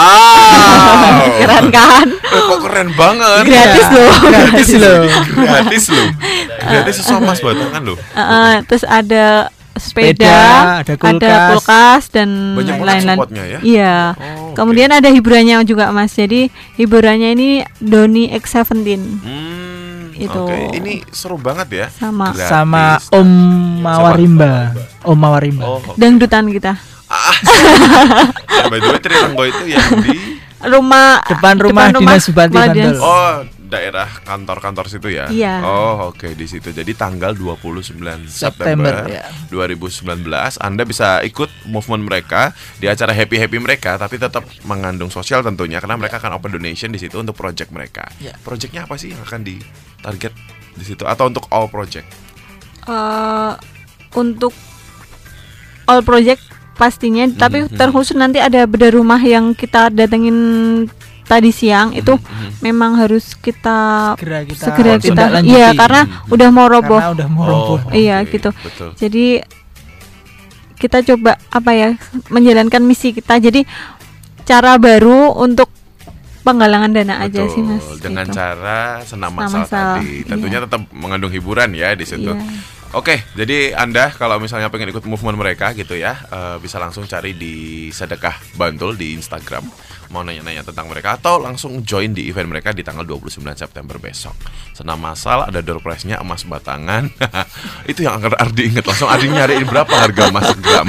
Speaker 1: Wow.
Speaker 6: keren kan?
Speaker 1: Eh, kok keren banget.
Speaker 6: Gratis loh.
Speaker 2: Gratis loh.
Speaker 1: Gratis loh. Gratis sesuai Mas batangan loh.
Speaker 6: Heeh, terus ada sepeda,
Speaker 2: Sepeda, ada kulkas.
Speaker 6: kulkas dan
Speaker 1: Banyak banget
Speaker 6: lain-lain.
Speaker 1: supportnya ya.
Speaker 6: Iya.
Speaker 1: Oh,
Speaker 6: Kemudian ada hiburannya juga Mas. Jadi hiburannya ini Doni X tujuh belas
Speaker 1: Hmm,
Speaker 6: Itu.
Speaker 1: oke. Ini seru banget ya.
Speaker 6: sama
Speaker 1: Gratis.
Speaker 2: Sama Om Mawarimba. Om Mawarimba.
Speaker 1: Oh,
Speaker 6: dangdutan kita.
Speaker 1: ah, ya, by the way, Trirenggo itu yang di
Speaker 6: Rumah
Speaker 2: Depan rumah Dinas Bupati
Speaker 6: Rumah
Speaker 2: Bantul.
Speaker 6: Dinas-
Speaker 1: oh daerah kantor-kantor situ ya.
Speaker 6: Iya.
Speaker 1: Oh, oke, di situ. Jadi tanggal dua puluh sembilan
Speaker 2: September,
Speaker 1: September,
Speaker 2: ya.
Speaker 1: dua ribu sembilan belas Anda bisa ikut movement mereka di acara happy-happy mereka, tapi tetap mengandung sosial tentunya karena mereka akan open donation di situ untuk project mereka.
Speaker 2: Ya.
Speaker 1: Projectnya apa sih yang akan ditarget di situ atau untuk all project?
Speaker 6: eh, untuk all project pastinya, tapi
Speaker 1: Mhm.
Speaker 6: terkhusus nanti ada bedah rumah yang kita datengin tadi siang itu
Speaker 1: Mhm.
Speaker 6: memang harus kita
Speaker 2: Segera kita
Speaker 6: segera kita
Speaker 2: tindak lanjuti.
Speaker 6: iya karena
Speaker 1: Mhm.
Speaker 6: udah mau roboh.
Speaker 2: Karena udah mau roboh.
Speaker 1: Oh,
Speaker 6: Iya,
Speaker 1: oke,
Speaker 6: gitu.
Speaker 1: Betul.
Speaker 6: Jadi kita coba apa ya menjalankan misi kita. Jadi cara baru untuk penggalangan dana aja
Speaker 1: Betul,
Speaker 6: sih Mas.
Speaker 1: dengan
Speaker 6: gitu.
Speaker 1: cara senam
Speaker 6: Senam
Speaker 1: masal
Speaker 6: masal,
Speaker 1: tadi. Tentunya
Speaker 6: iya.
Speaker 1: tetap mengandung hiburan ya di situ.
Speaker 6: Iya.
Speaker 1: Oke, jadi Anda kalau misalnya pengen ikut movement mereka gitu ya, eh, bisa langsung cari di Sedekah Bantul di Instagram. Mau nanya-nanya tentang mereka atau langsung join di event mereka di tanggal dua puluh sembilan September besok. Senam masal, ada door prize-nya emas batangan. Itu yang Ardi inget, langsung Ardi nyariin berapa harga emas gram.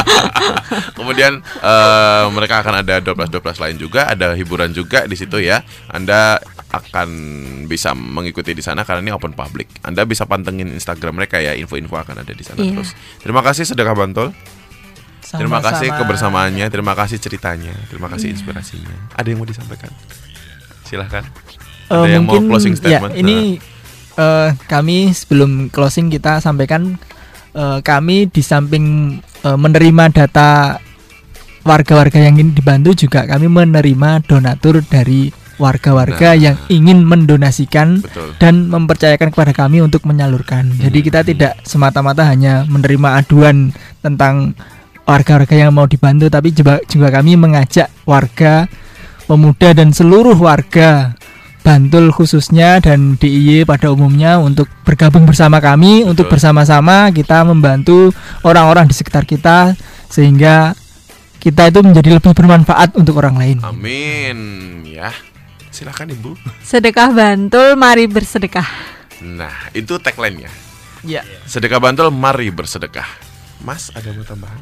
Speaker 1: Kemudian eh, mereka akan ada door prize-door prize lain juga, ada hiburan juga di situ ya. Anda akan bisa mengikuti di sana karena ini open public. Anda bisa pantengin Instagram mereka ya, info-info akan ada di sana
Speaker 6: Iya.
Speaker 1: terus. Terima kasih Sedekah Bantul. Terima kasih
Speaker 2: Sama-sama.
Speaker 1: kebersamaannya, terima kasih ceritanya, terima kasih inspirasinya. Ada yang mau disampaikan? Silahkan.
Speaker 2: Eh,
Speaker 1: Ada yang mau
Speaker 2: mungkin
Speaker 1: closing statement?
Speaker 2: ya, ini eh, kami sebelum closing kita sampaikan eh, kami di samping eh, menerima data warga-warga yang ingin dibantu juga kami menerima donatur dari warga-warga
Speaker 1: Nah.
Speaker 2: yang ingin mendonasikan
Speaker 1: Betul.
Speaker 2: dan mempercayakan kepada kami untuk menyalurkan. Jadi kita tidak semata-mata hanya menerima aduan tentang warga-warga yang mau dibantu, tapi juga, juga kami mengajak warga, pemuda dan seluruh warga Bantul khususnya dan D I Y pada umumnya untuk bergabung bersama kami.
Speaker 1: Betul.
Speaker 2: Untuk bersama-sama kita membantu orang-orang di sekitar kita sehingga kita itu menjadi lebih bermanfaat untuk orang lain.
Speaker 1: Amin ya. Silakan Ibu.
Speaker 6: Sedekah Bantul, mari bersedekah.
Speaker 1: Nah, itu tagline-nya.
Speaker 2: Ya.
Speaker 1: Sedekah Bantul, mari bersedekah. Mas, ada mau tambahan?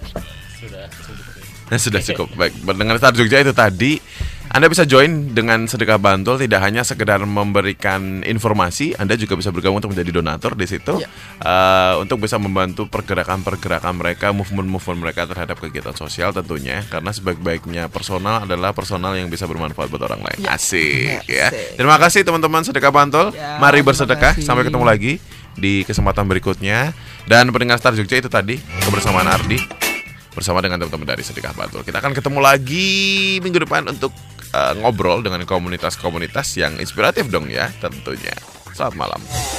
Speaker 4: Sudah cukup.
Speaker 1: Nah, sudah cukup. Baik, mendengar Star Jogja itu tadi, Anda bisa join dengan Sedekah Bantul, tidak hanya sekedar memberikan informasi, Anda juga bisa bergabung untuk menjadi donatur di situ,
Speaker 2: Ya.
Speaker 1: eh, untuk bisa membantu pergerakan-pergerakan mereka, movement-movement mereka terhadap kegiatan sosial tentunya, karena sebaik-baiknya personal adalah personal yang bisa bermanfaat buat orang lain.
Speaker 2: Ya.
Speaker 1: Asik
Speaker 2: Ya,
Speaker 1: ya.
Speaker 2: asik.
Speaker 1: Terima kasih teman-teman Sedekah Bantul.
Speaker 2: Ya,
Speaker 1: Mari
Speaker 2: terima
Speaker 1: bersedekah.
Speaker 2: kasih.
Speaker 1: Sampai ketemu lagi di kesempatan berikutnya. Dan pendengar Star Jogja itu tadi kebersamaan Ardi bersama dengan teman-teman dari Sedekah Bantul. Kita akan ketemu lagi minggu depan untuk uh, ngobrol dengan komunitas-komunitas yang inspiratif dong ya tentunya. Selamat malam.